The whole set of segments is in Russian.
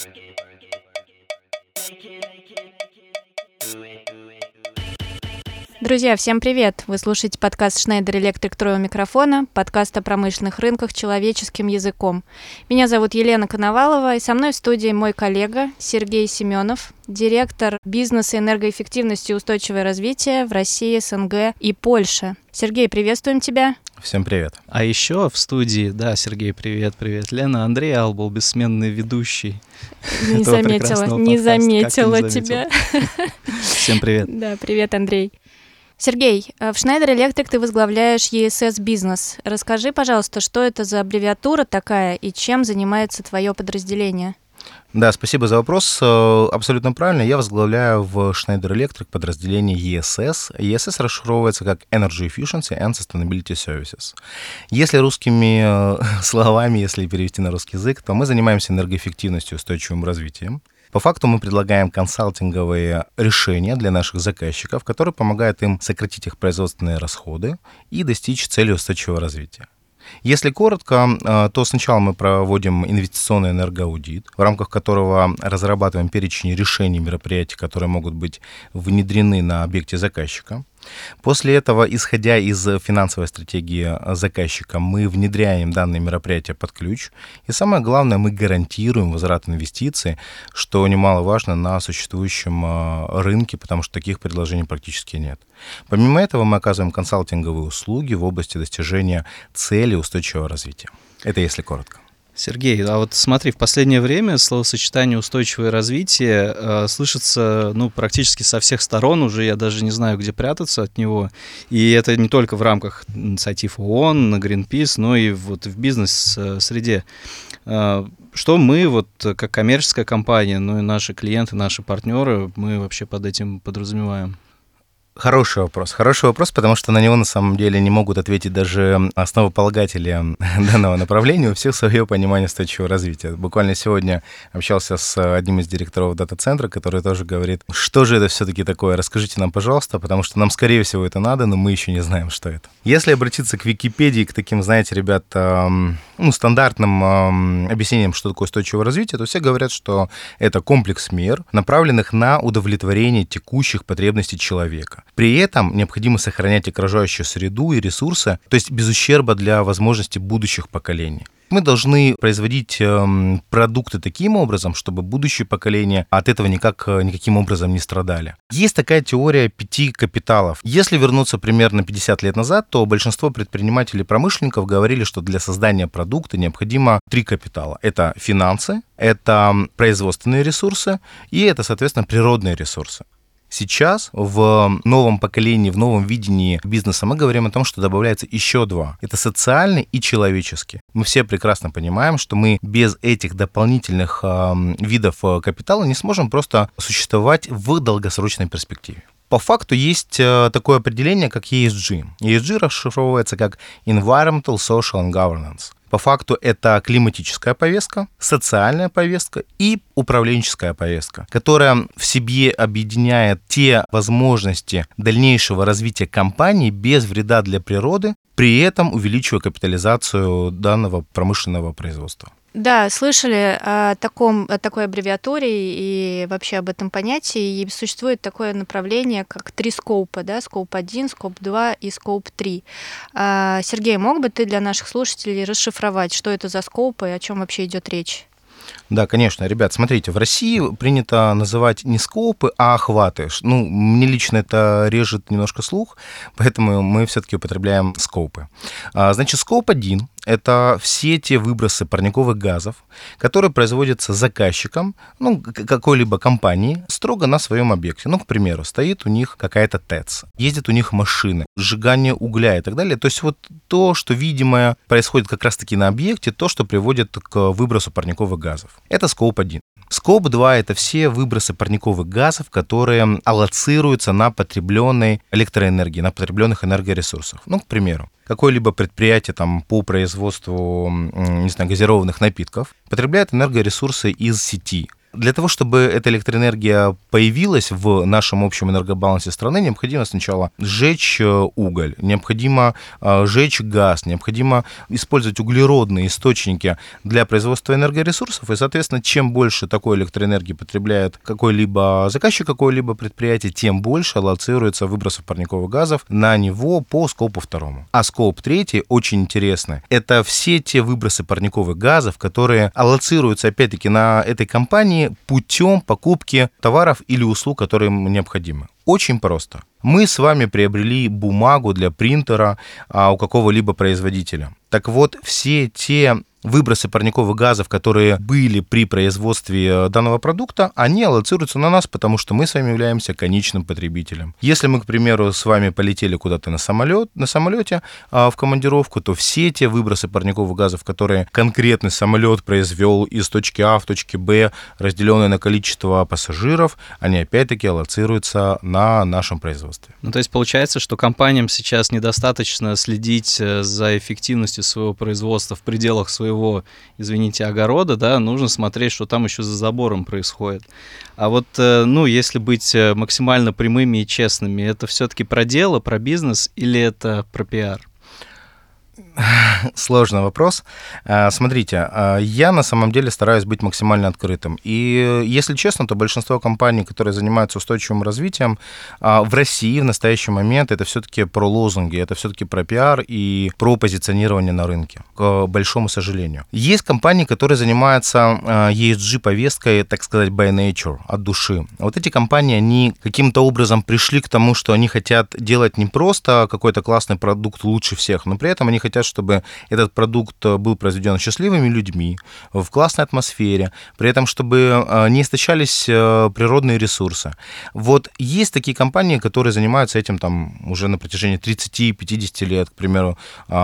Друзья, всем привет! Вы слушаете подкаст Schneider Electric «Трое у микрофона», подкаст о промышленных рынках человеческим языком. Меня зовут Елена Коновалова, и со мной в студии мой коллега Сергей Семенов, директор бизнеса энергоэффективности и устойчивого развития в России, СНГ и Польше. Сергей, приветствуем тебя! Всем привет. А еще в студии, да, Сергей, привет. Лена, Андрей Албул, бессменный ведущий. Не заметила тебя. Всем привет. Да, привет, Андрей. Сергей, в Schneider Electric ты возглавляешь ESS бизнес. Расскажи, пожалуйста, что это за аббревиатура такая и чем занимается твое подразделение? Да, спасибо за вопрос. Абсолютно правильно. Я возглавляю в Schneider Electric подразделение ESS. ESS расшифровывается как Energy Efficiency and Sustainability Services. Если русскими словами, если перевести на русский язык, то мы занимаемся энергоэффективностью и устойчивым развитием. По факту мы предлагаем консалтинговые решения для наших заказчиков, которые помогают им сократить их производственные расходы и достичь цели устойчивого развития. Если коротко, то сначала мы проводим инвестиционный энергоаудит, в рамках которого разрабатываем перечень решений мероприятий, которые могут быть внедрены на объекте заказчика. После этого, исходя из финансовой стратегии заказчика, мы внедряем данные мероприятия под ключ. И самое главное, мы гарантируем возврат инвестиций, что немаловажно на существующем рынке, потому что таких предложений практически нет. Помимо этого, мы оказываем консалтинговые услуги в области достижения цели устойчивого развития. Это если коротко. Сергей, а вот смотри, в последнее время словосочетание «устойчивое развитие» слышится практически со всех сторон, уже я даже не знаю, где прятаться от него. И это не только в рамках инициатив ООН, Greenpeace, но и вот в бизнес-среде. Что мы, как коммерческая компания, ну и наши клиенты, наши партнеры, мы вообще под этим подразумеваем? Хороший вопрос, потому что на него на самом деле не могут ответить даже основополагатели данного направления, у всех свое понимание устойчивого развития. Буквально сегодня общался с одним из директоров дата-центра, который тоже говорит, что же это все-таки такое, расскажите нам, пожалуйста, потому что нам, скорее всего, это надо, но мы еще не знаем, что это. Если обратиться к Википедии, к таким, знаете, ребят, стандартным объяснениям, что такое устойчивое развитие, то все говорят, что это комплекс мер, направленных на удовлетворение текущих потребностей человека. При этом необходимо сохранять окружающую среду и ресурсы, то есть без ущерба для возможностей будущих поколений. Мы должны производить продукты таким образом, чтобы будущие поколения от этого никаким образом не страдали. Есть такая теория 5 капиталов. Если вернуться примерно 50 лет назад, то большинство предпринимателей и промышленников говорили, что для создания продукта необходимо 3 капитала. Это финансы, это производственные ресурсы и это, соответственно, природные ресурсы. Сейчас в новом поколении, в новом видении бизнеса мы говорим о том, что добавляется еще 2. Это социальный и человеческий. Мы все прекрасно понимаем, что мы без этих дополнительных видов капитала не сможем просто существовать в долгосрочной перспективе. По факту есть такое определение, как ESG. ESG расшифровывается как Environmental, Social and Governance. По факту это климатическая повестка, социальная повестка и управленческая повестка, которая в себе объединяет те возможности дальнейшего развития компании без вреда для природы, при этом увеличивая капитализацию данного промышленного производства. Да, слышали о такой аббревиатуре и вообще об этом понятии. И существует такое направление, как 3 скоупа, да, скоуп 1, скоуп 2 и скоуп 3. Сергей, мог бы ты для наших слушателей расшифровать, что это за скоупы и о чем вообще идет речь? Да, конечно. Ребят, смотрите, в России принято называть не скоупы, а охваты. Мне лично это режет немножко слух, поэтому мы все-таки употребляем скоупы. Значит, скоуп 1 — это все те выбросы парниковых газов, которые производятся заказчиком, какой-либо компании, строго на своем объекте. К примеру, стоит у них какая-то ТЭЦ, ездят у них машины, сжигание угля и так далее. То есть то, что видимое происходит как раз-таки на объекте, то, что приводит к выбросу парниковых газов. Это скоуп 1. Скоуп 2 — это все выбросы парниковых газов, которые аллоцируются на потребленной электроэнергии, на потребленных энергоресурсах. К примеру, какое-либо предприятие по производству, газированных напитков потребляет энергоресурсы из сети. Для того, чтобы эта электроэнергия появилась в нашем общем энергобалансе страны, необходимо сначала сжечь уголь, необходимо сжечь газ, необходимо использовать углеродные источники для производства энергоресурсов, и, соответственно, чем больше такой электроэнергии потребляет какой-либо заказчик, какое-либо предприятие, тем больше аллоцируется выбросов парниковых газов на него по скопу 2. А скоп 3 очень интересный. Это все те выбросы парниковых газов, которые аллоцируются, опять-таки, на этой компании путем покупки товаров или услуг, которые им необходимы. Очень просто. Мы с вами приобрели бумагу для принтера у какого-либо производителя. Так вот, все те выбросы парниковых газов, которые были при производстве данного продукта, они аллоцируются на нас, потому что мы с вами являемся конечным потребителем. Если мы, к примеру, с вами полетели куда-то на самолете в командировку, то все те выбросы парниковых газов, которые конкретный самолет произвел из точки А в точке Б, разделенные на количество пассажиров, они опять-таки аллоцируются на нашем производстве. Ну, то есть получается, что компаниям сейчас недостаточно следить за эффективностью своего производства в пределах своего, извините, огорода, да, нужно смотреть, что там еще за забором происходит. А вот, если быть максимально прямыми и честными, это все-таки про дело, про бизнес или это про пиар? Сложный вопрос. Смотрите, я на самом деле стараюсь быть максимально открытым. И, если честно, то большинство компаний, которые занимаются устойчивым развитием, в России в настоящий момент это все-таки про лозунги, это все-таки про пиар и про позиционирование на рынке, к большому сожалению. Есть компании, которые занимаются ESG-повесткой, так сказать, by nature, от души. Вот эти компании, они каким-то образом пришли к тому, что они хотят делать не просто какой-то классный продукт лучше всех, но при этом они хотят, чтобы этот продукт был произведен счастливыми людьми, в классной атмосфере, при этом, чтобы не истощались природные ресурсы. Вот есть такие компании, которые занимаются этим там уже на протяжении 30-50 лет, к примеру,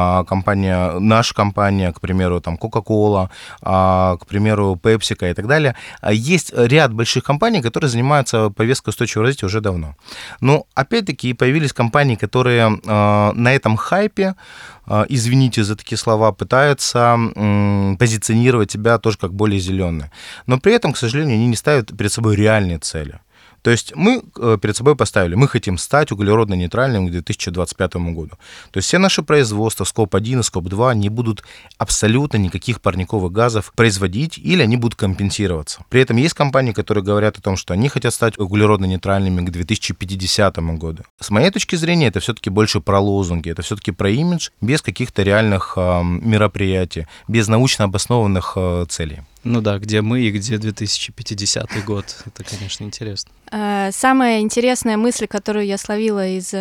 наша компания, к примеру, там Coca-Cola, к примеру, PepsiCo и так далее. Есть ряд больших компаний, которые занимаются повесткой устойчивого развития уже давно. Но, опять-таки, появились компании, которые на этом хайпе, извините за такие слова, пытаются позиционировать себя тоже как более зеленые. Но при этом, к сожалению, они не ставят перед собой реальные цели. То есть мы перед собой поставили, мы хотим стать углеродно-нейтральным к 2025 году. То есть все наши производства, скоп-1 и скоп-2, не будут абсолютно никаких парниковых газов производить или они будут компенсироваться. При этом есть компании, которые говорят о том, что они хотят стать углеродно-нейтральными к 2050 году. С моей точки зрения, это все-таки больше про лозунги, это все-таки про имидж, без каких-то реальных мероприятий, без научно обоснованных целей. Ну да, где мы и где 2050 год. Это, конечно, интересно. Самая интересная мысль, которую я словила из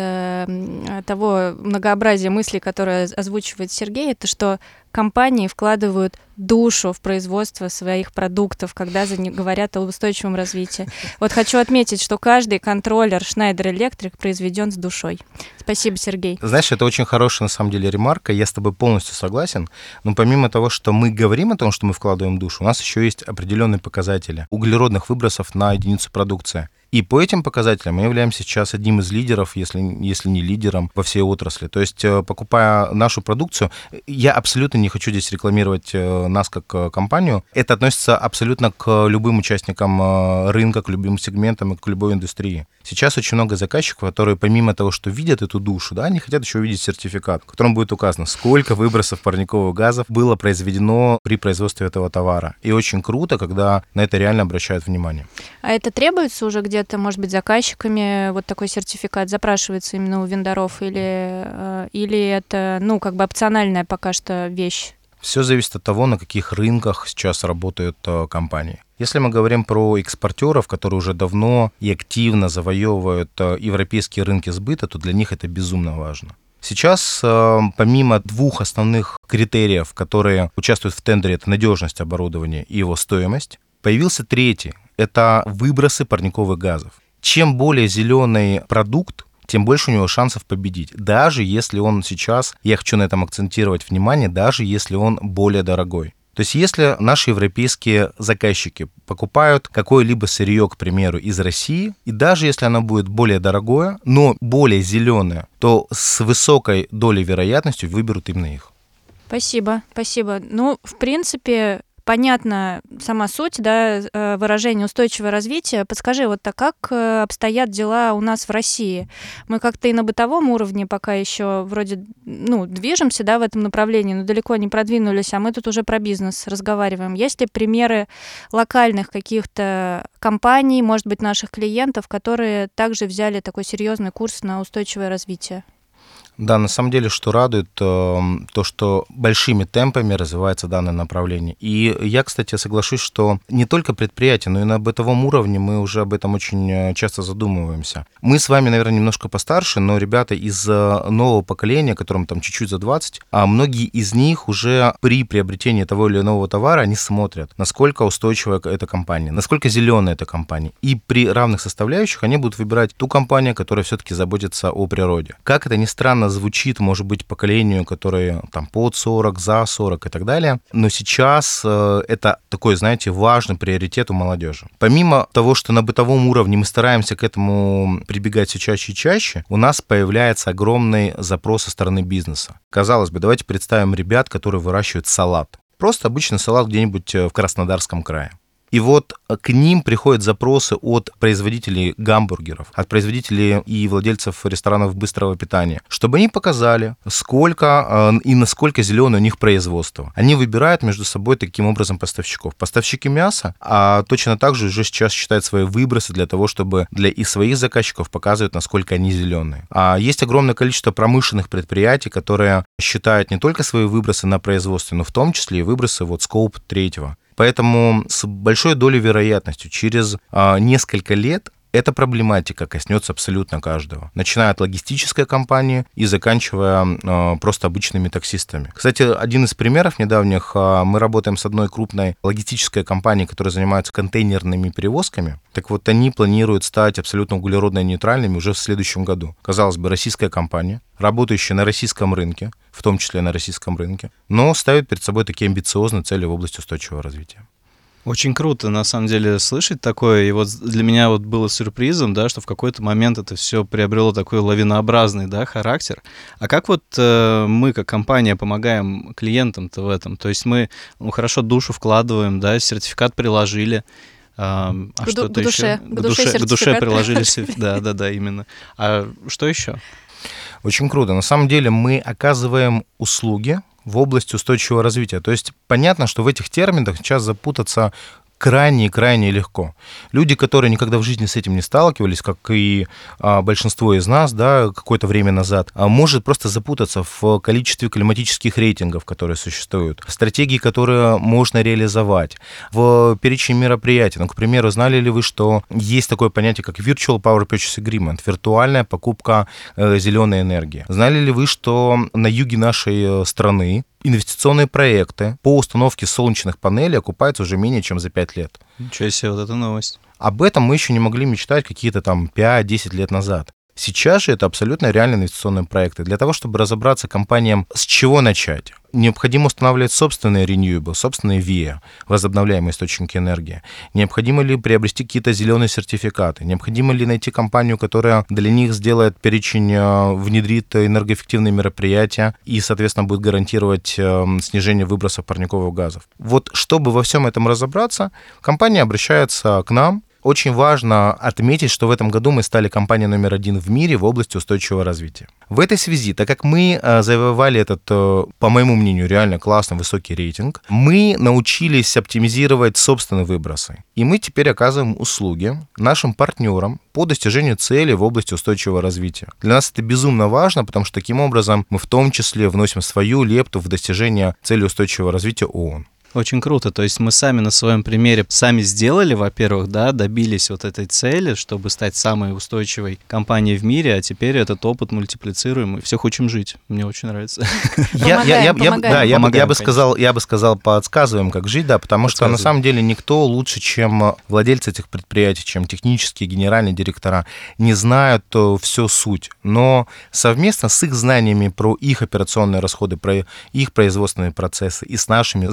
того многообразия мыслей, которые озвучивает Сергей, это что компании вкладывают душу в производство своих продуктов, когда говорят о устойчивом развитии. Вот хочу отметить, что каждый контроллер Schneider Electric произведен с душой. Спасибо, Сергей. Знаешь, это очень хорошая, на самом деле, ремарка, я с тобой полностью согласен, но помимо того, что мы говорим о том, что мы вкладываем душу, у нас еще есть определенные показатели углеродных выбросов на единицу продукции. И по этим показателям мы являемся сейчас одним из лидеров, если не лидером во всей отрасли. То есть, покупая нашу продукцию, я абсолютно не хочу здесь рекламировать нас как компанию. Это относится абсолютно к любым участникам рынка, к любым сегментам и к любой индустрии. Сейчас очень много заказчиков, которые помимо того, что видят эту душу, да, они хотят еще увидеть сертификат, в котором будет указано, сколько выбросов парниковых газов было произведено при производстве этого товара. И очень круто, когда на это реально обращают внимание. А это требуется уже где-то, может быть, заказчиками, вот такой сертификат запрашивается именно у вендоров, или это, опциональная пока что вещь? Все зависит от того, на каких рынках сейчас работают компании. Если мы говорим про экспортеров, которые уже давно и активно завоевывают европейские рынки сбыта, то для них это безумно важно. Сейчас, помимо двух основных критериев, которые участвуют в тендере, это надежность оборудования и его стоимость, появился третий – это выбросы парниковых газов. Чем более зеленый продукт, тем больше у него шансов победить. Даже если он сейчас, я хочу на этом акцентировать внимание, даже если он более дорогой. То есть если наши европейские заказчики покупают какое-либо сырье, к примеру, из России, и даже если оно будет более дорогое, но более зеленое, то с высокой долей вероятности выберут именно их. Спасибо. В принципе, понятна сама суть, да, выражения устойчивое развитие. Подскажи, вот так как обстоят дела у нас в России? Мы как-то и на бытовом уровне пока еще вроде, движемся, да, в этом направлении, но далеко не продвинулись, а мы тут уже про бизнес разговариваем. Есть ли примеры локальных каких-то компаний, может быть, наших клиентов, которые также взяли такой серьезный курс на устойчивое развитие? Да, на самом деле, что радует, то, что большими темпами развивается данное направление. И я, кстати, соглашусь, что не только предприятия, но и на бытовом уровне мы уже об этом очень часто задумываемся. Мы с вами, наверное, немножко постарше, но ребята из нового поколения, которым там чуть-чуть за 20, а многие из них уже при приобретении того или иного товара, они смотрят, насколько устойчивая эта компания, насколько зеленая эта компания. И при равных составляющих они будут выбирать ту компанию, которая все-таки заботится о природе. Как это ни странно звучит, может быть, поколению, которое там под 40, за 40 и так далее, но сейчас это такой, знаете, важный приоритет у молодежи. Помимо того, что на бытовом уровне мы стараемся к этому прибегать все чаще и чаще, у нас появляется огромный запрос со стороны бизнеса. Казалось бы, давайте представим ребят, которые выращивают салат. Просто обычный салат где-нибудь в Краснодарском крае. И вот к ним приходят запросы от производителей гамбургеров, от производителей и владельцев ресторанов быстрого питания, чтобы они показали, сколько и насколько зеленое у них производство. Они выбирают между собой таким образом поставщиков. Поставщики мяса, а точно так же уже сейчас считают свои выбросы для того, чтобы для и своих заказчиков показывать, насколько они зеленые. А есть огромное количество промышленных предприятий, которые считают не только свои выбросы на производстве, но в том числе и выбросы Scope 3. Поэтому с большой долей вероятностью через несколько лет эта проблематика коснется абсолютно каждого, начиная от логистической компании и заканчивая просто обычными таксистами. Кстати, один из примеров недавних, мы работаем с одной крупной логистической компанией, которая занимается контейнерными перевозками. Так вот, они планируют стать абсолютно углеродно-нейтральными уже в следующем году. Казалось бы, российская компания, работающая на российском рынке, в том числе на российском рынке, но ставит перед собой такие амбициозные цели в области устойчивого развития. Очень круто, на самом деле, слышать такое. И вот для меня вот было сюрпризом, да, что в какой-то момент это все приобрело такой лавинообразный, да, характер. А как вот мы, как компания, помогаем клиентам-то в этом? То есть мы, хорошо душу вкладываем, да, сертификат приложили, что-то еще? К душе приложили, да, именно. А что еще? Очень круто. На самом деле мы оказываем услуги в области устойчивого развития. То есть понятно, что в этих терминах сейчас запутаться крайне легко. Люди, которые никогда в жизни с этим не сталкивались, как и большинство из нас, да, какое-то время назад, может просто запутаться в количестве климатических рейтингов, которые существуют, в стратегии, которые можно реализовать, в перечне мероприятий. К примеру, знали ли вы, что есть такое понятие, как Virtual Power Purchase Agreement, виртуальная покупка зеленой энергии? Знали ли вы, что на юге нашей страны инвестиционные проекты по установке солнечных панелей окупаются уже менее чем за 5 лет? Ничего себе, вот это новость. Об этом мы еще не могли мечтать какие-то там 5-10 лет назад. Сейчас же это абсолютно реальные инвестиционные проекты. Для того, чтобы разобраться компаниям, с чего начать, необходимо устанавливать собственные renewable, собственные VIA, возобновляемые источники энергии. Необходимо ли приобрести какие-то зеленые сертификаты? Необходимо ли найти компанию, которая для них сделает перечень, внедрит энергоэффективные мероприятия и, соответственно, будет гарантировать снижение выбросов парниковых газов? Вот чтобы во всем этом разобраться, компания обращается к нам. Очень важно отметить, что в этом году мы стали компанией номер 1 в мире в области устойчивого развития. В этой связи, так как мы завоевали этот, по моему мнению, реально классный высокий рейтинг, мы научились оптимизировать собственные выбросы. И мы теперь оказываем услуги нашим партнерам по достижению цели в области устойчивого развития. Для нас это безумно важно, потому что таким образом мы в том числе вносим свою лепту в достижение цели устойчивого развития ООН. Очень круто. То есть мы сами на своем примере сами сделали, во-первых, да, добились вот этой цели, чтобы стать самой устойчивой компанией в мире, а теперь этот опыт мультиплицируем и все хотим жить. Мне очень нравится. Я бы сказал, подсказываем, как жить, да, потому что на самом деле никто лучше, чем владельцы этих предприятий, чем технические генеральные директора, не знают всю суть. Но совместно с их знаниями про их операционные расходы, про их производственные процессы и с нашими знаниями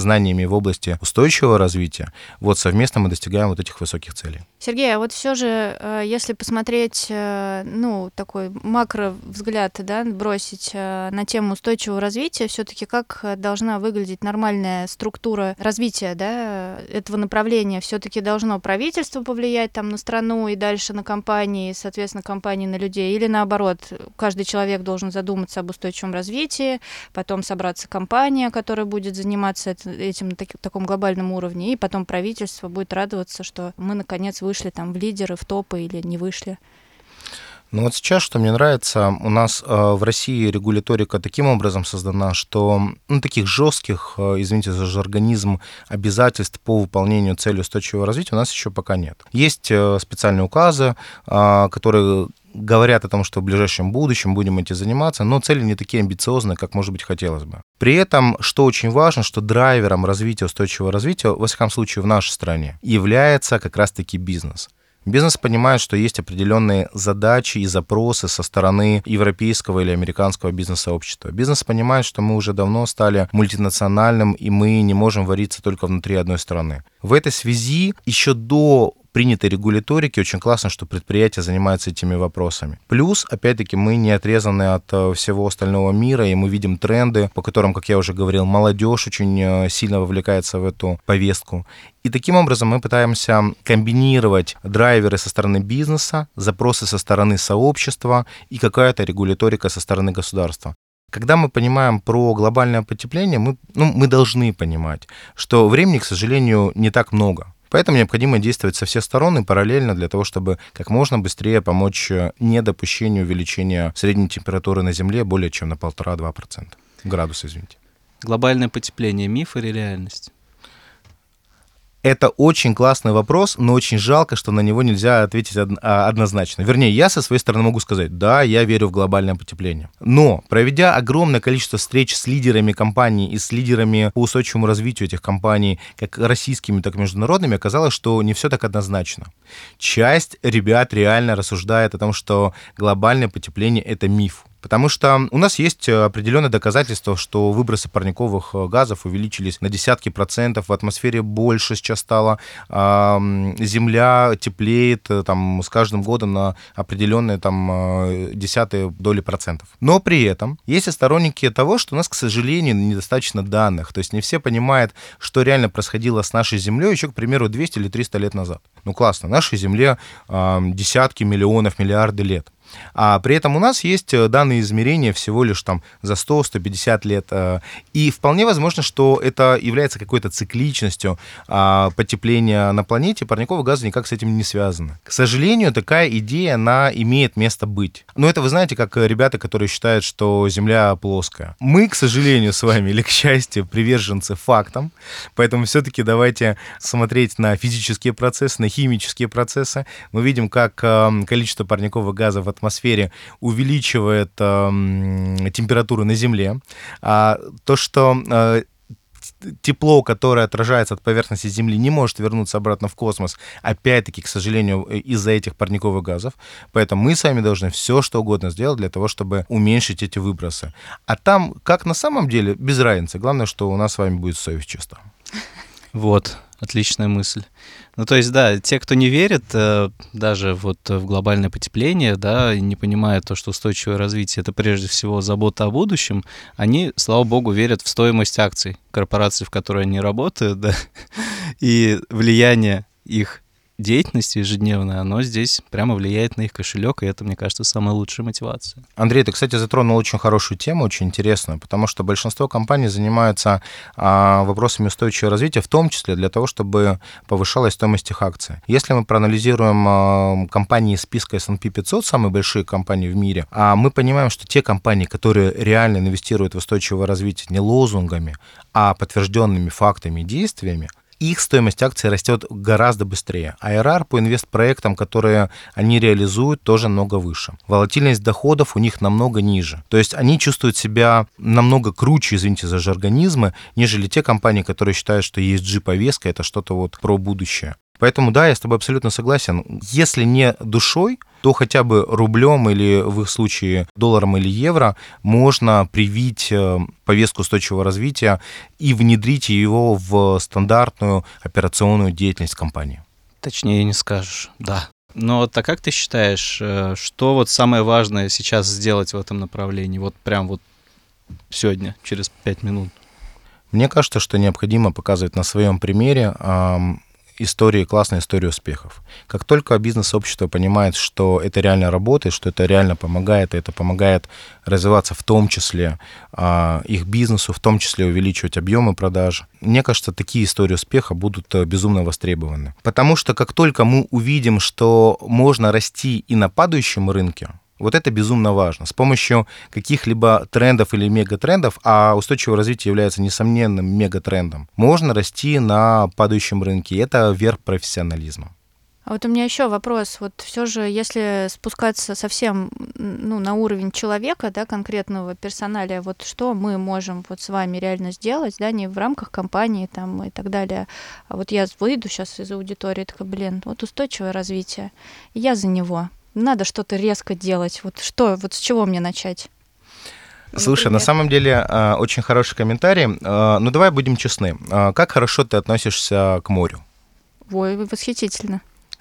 в области устойчивого развития, вот совместно мы достигаем вот этих высоких целей. Сергей, а вот все же, если посмотреть, такой макровзгляд, да, бросить на тему устойчивого развития, все-таки как должна выглядеть нормальная структура развития, да, этого направления? Все-таки должно правительство повлиять там на страну и дальше на компании, соответственно, компании на людей, или наоборот, каждый человек должен задуматься об устойчивом развитии, потом собраться компания, которая будет заниматься этим на таком глобальном уровне, и потом правительство будет радоваться, что мы наконец вышли там в лидеры, в топы или не вышли. Ну вот сейчас, что мне нравится, у нас в России регуляторика таким образом создана, что таких жестких, извините за жаргонизм, обязательств по выполнению цели устойчивого развития у нас еще пока нет. Есть специальные указы, которые говорят о том, что в ближайшем будущем будем этим заниматься, но цели не такие амбициозные, как, может быть, хотелось бы. При этом, что очень важно, что драйвером развития устойчивого развития, во всяком случае в нашей стране, является как раз-таки бизнес. Бизнес понимает, что есть определенные задачи и запросы со стороны европейского или американского бизнес-сообщества. Бизнес понимает, что мы уже давно стали мультинациональным, и мы не можем вариться только внутри одной страны. В этой связи еще до принятой регуляторики очень классно, что предприятия занимаются этими вопросами. Плюс, опять-таки, мы не отрезаны от всего остального мира, и мы видим тренды, по которым, как я уже говорил, молодежь очень сильно вовлекается в эту повестку. И таким образом мы пытаемся комбинировать драйверы со стороны бизнеса, запросы со стороны сообщества и какая-то регуляторика со стороны государства. Когда мы понимаем про глобальное потепление, мы должны понимать, что времени, к сожалению, не так много. Поэтому необходимо действовать со всех сторон и параллельно для того, чтобы как можно быстрее помочь недопущению увеличения средней температуры на Земле более чем на 1,5-2%. Градуса, извините. Глобальное потепление — миф или реальность? Это очень классный вопрос, но очень жалко, что на него нельзя ответить однозначно. Вернее, я со своей стороны могу сказать, да, я верю в глобальное потепление. Но, проведя огромное количество встреч с лидерами компаний и с лидерами по устойчивому развитию этих компаний, как российскими, так и международными, оказалось, что не все так однозначно. Часть ребят реально рассуждает о том, что глобальное потепление — это миф. Потому что у нас есть определенные доказательства, что выбросы парниковых газов увеличились на десятки процентов, в атмосфере больше сейчас стало, Земля теплеет там, с каждым годом на определенные там, десятые доли процентов. Но при этом есть и сторонники того, что у нас, к сожалению, недостаточно данных. То есть не все понимают, что реально происходило с нашей Землей еще, к примеру, 200 или 300 лет назад. Ну классно, нашей Земле десятки миллионов, миллиарды лет. А при этом у нас есть данные измерения всего лишь там за 100-150 лет. И вполне возможно, что это является какой-то цикличностью потепления на планете. Парниковые газы никак с этим не связаны. К сожалению, такая идея, она имеет место быть. Но это вы знаете, как ребята, которые считают, что Земля плоская. Мы, к сожалению, с вами, или к счастью, приверженцы фактам. Поэтому все-таки давайте смотреть на физические процессы, на химические процессы. Мы видим, как количество парниковых газов в атмосфере увеличивает температуру на Земле. То, что тепло, которое отражается от поверхности Земли, не может вернуться обратно в космос, опять-таки, к сожалению, из-за этих парниковых газов. Поэтому мы с вами должны все, что угодно сделать для того, чтобы уменьшить эти выбросы. А там, как на самом деле, без разницы. Главное, что у нас с вами будет совесть чиста. Вот, отличная мысль. Ну, то есть, да, те, кто не верит даже вот в глобальное потепление, да, и не понимают то, что устойчивое развитие — это прежде всего забота о будущем, они, слава богу, верят в стоимость акций корпораций, в которой они работают, да, и влияние их деятельности ежедневной, оно здесь прямо влияет на их кошелек, и это, мне кажется, самая лучшая мотивация. Андрей, ты, кстати, затронул очень хорошую тему, очень интересную, потому что большинство компаний занимаются вопросами устойчивого развития, в том числе для того, чтобы повышалась стоимость их акций. Если мы проанализируем компании из списка S&P 500, самые большие компании в мире, мы понимаем, что те компании, которые реально инвестируют в устойчивое развитие не лозунгами, а подтвержденными фактами и действиями, их стоимость акций растет гораздо быстрее. IRR по инвестпроектам, которые они реализуют, тоже много выше. Волатильность доходов у них намного ниже. То есть они чувствуют себя намного круче, извините за жаргонизмы, нежели те компании, которые считают, что ESG-повестка — это что-то вот про будущее. Поэтому да, я с тобой абсолютно согласен. Если не душой, то хотя бы рублем или в их случае долларом или евро можно привить повестку устойчивого развития и внедрить его в стандартную операционную деятельность компании. Точнее не скажешь, да. Но вот, а как ты считаешь, что вот самое важное сейчас сделать в этом направлении? Вот прям вот сегодня, через 5 минут. Мне кажется, что необходимо показывать на своем примере классные истории успехов. Как только бизнес-сообщество понимает, что это реально работает, что это реально помогает, и это помогает развиваться в том числе их бизнесу, в том числе увеличивать объемы продаж, мне кажется, такие истории успеха будут безумно востребованы. Потому что как только мы увидим, что можно расти и на падающем рынке, вот это безумно важно. С помощью каких-либо трендов или мегатрендов, а устойчивое развитие является несомненным мегатрендом, можно расти на падающем рынке. Это верх профессионализма. А вот у меня еще вопрос. Вот все же, если спускаться совсем на уровень человека, да, конкретного персоналия, вот что мы можем вот с вами реально сделать, да, не в рамках компании там и так далее. А вот я выйду сейчас из аудитории, такая, вот устойчивое развитие, и я за него. Надо что-то резко делать. Вот с чего мне начать? Слушай, Например? на самом деле очень хороший комментарий. Ну, давай будем честны. Как хорошо ты относишься к морю? Ой, восхитительно.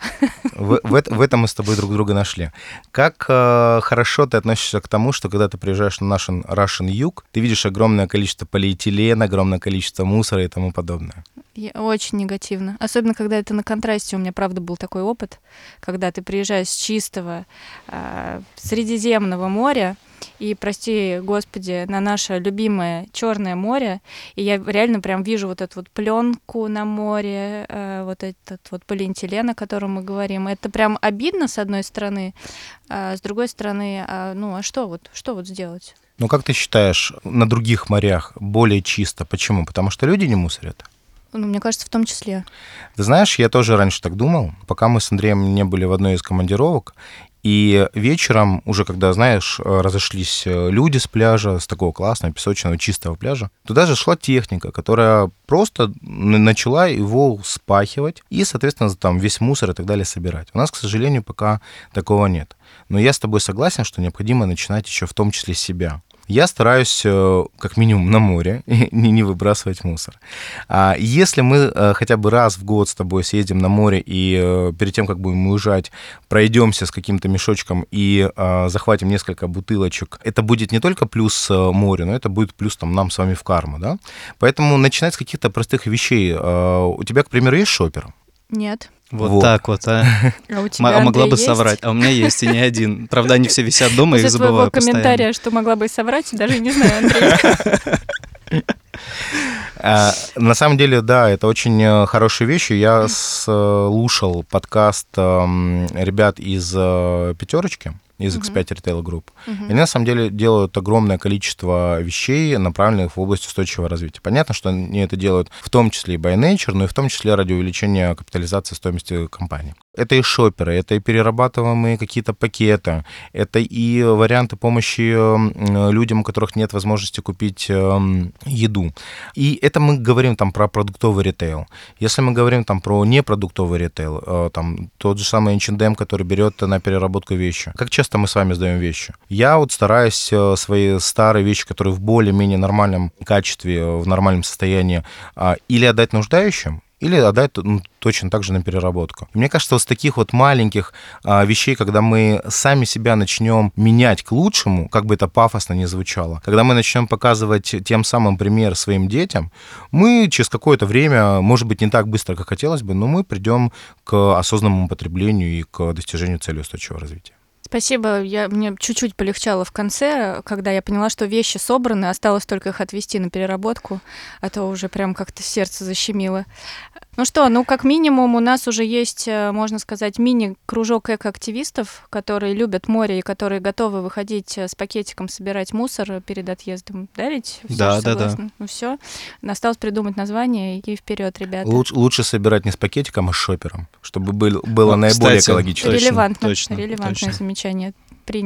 В этом мы с тобой друг друга нашли. Как хорошо ты относишься к тому, что когда ты приезжаешь на наш Russian юг, ты видишь огромное количество полиэтилена, огромное количество мусора и тому подобное? Очень негативно. Особенно, когда это на контрасте. У меня, правда, был такой опыт, когда ты приезжаешь с чистого Средиземного моря, и, прости господи, на наше любимое Черное море, и я реально прям вижу вот эту вот пленку на море, вот этот вот полиэтилен, о котором мы говорим. Это прям обидно, с одной стороны, а с другой стороны, что вот сделать? Ну, как ты считаешь, на других морях более чисто? Почему? Потому что люди не мусорят? Мне кажется, в том числе. Ты знаешь, я тоже раньше так думал, пока мы с Андреем не были в одной из командировок, и вечером, уже когда, знаешь, разошлись люди с пляжа, с такого классного, песочного, чистого пляжа, туда же шла техника, которая просто начала его спахивать и, соответственно, там весь мусор и так далее собирать. У нас, к сожалению, пока такого нет. Но я с тобой согласен, что необходимо начинать еще в том числе с себя. Я стараюсь, как минимум, на море не выбрасывать мусор. Если мы хотя бы раз в год с тобой съездим на море и перед тем, как будем уезжать, пройдемся с каким-то мешочком и захватим несколько бутылочек, это будет не только плюс морю, но это будет плюс нам с вами в карму, да? Поэтому начинать с каких-то простых вещей. У тебя, к примеру, есть шопер? Нет. Вот так вот, а. А у тебя, могла Андрей, бы есть? соврать, а у меня есть и не один. Правда, они все висят дома, После их забываю твоего комментария, постоянно. что могла бы и соврать, даже не знаю, Андрей. На самом деле, да, это очень хорошие вещи. Я слушал подкаст ребят из «Пятерочки», из X5 Retail Group. И они, на самом деле, делают огромное количество вещей, направленных в область устойчивого развития. Понятно, что они это делают в том числе и by nature, но и в том числе ради увеличения капитализации стоимости компании. Это и шоперы, это и перерабатываемые какие-то пакеты, это и варианты помощи людям, у которых нет возможности купить еду. И это мы говорим там про продуктовый ритейл. Если мы говорим там про непродуктовый ритейл, там тот же самый H&M, который берет на переработку вещи. Как часто мы с вами сдаем вещи? Я вот стараюсь свои старые вещи, которые в более-менее нормальном качестве, в нормальном состоянии, или отдать нуждающим, или отдать точно так же на переработку. И мне кажется, вот с таких вот маленьких вещей, когда мы сами себя начнем менять к лучшему, как бы это пафосно ни звучало, когда мы начнем показывать тем самым пример своим детям, мы через какое-то время, может быть, не так быстро, как хотелось бы, но мы придем к осознанному потреблению и к достижению цели устойчивого развития. Спасибо. Мне чуть-чуть полегчало в конце, когда я поняла, что вещи собраны, осталось только их отвезти на переработку, а то уже прям как-то сердце защемило. Ну что, как минимум у нас уже есть, можно сказать, мини-кружок экоактивистов, которые любят море и которые готовы выходить с пакетиком, собирать мусор перед отъездом. Да, ведь? Да. Ну все, осталось придумать название и вперед, ребята. Лучше собирать не с пакетиком, а с шопером, чтобы было наиболее экологично. Релевантное точно. замечание. Принято.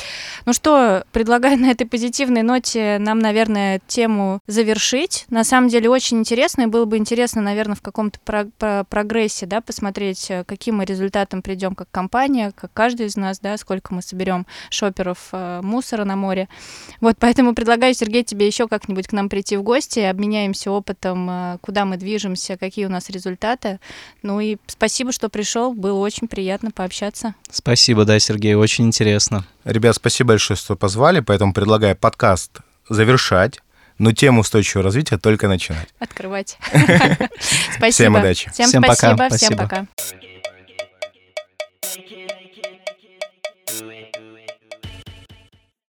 Ну что, предлагаю на этой позитивной ноте нам, наверное, тему завершить. На самом деле очень интересно, и было бы интересно, наверное, в каком-то прогрессе, да, посмотреть, к каким мы результатам придем как компания, как каждый из нас, да, сколько мы соберем шоперов мусора на море. Вот, поэтому предлагаю, Сергей, тебе еще как-нибудь к нам прийти в гости, обменяемся опытом, куда мы движемся, какие у нас результаты. Ну и спасибо, что пришел, было очень приятно пообщаться. Спасибо, да, Сергей, очень интересно. Ребят, спасибо большое, что позвали, поэтому предлагаю подкаст завершать, но тему устойчивого развития только начинать. Открывать. Спасибо. Всем удачи. Всем спасибо. Пока. Всем пока.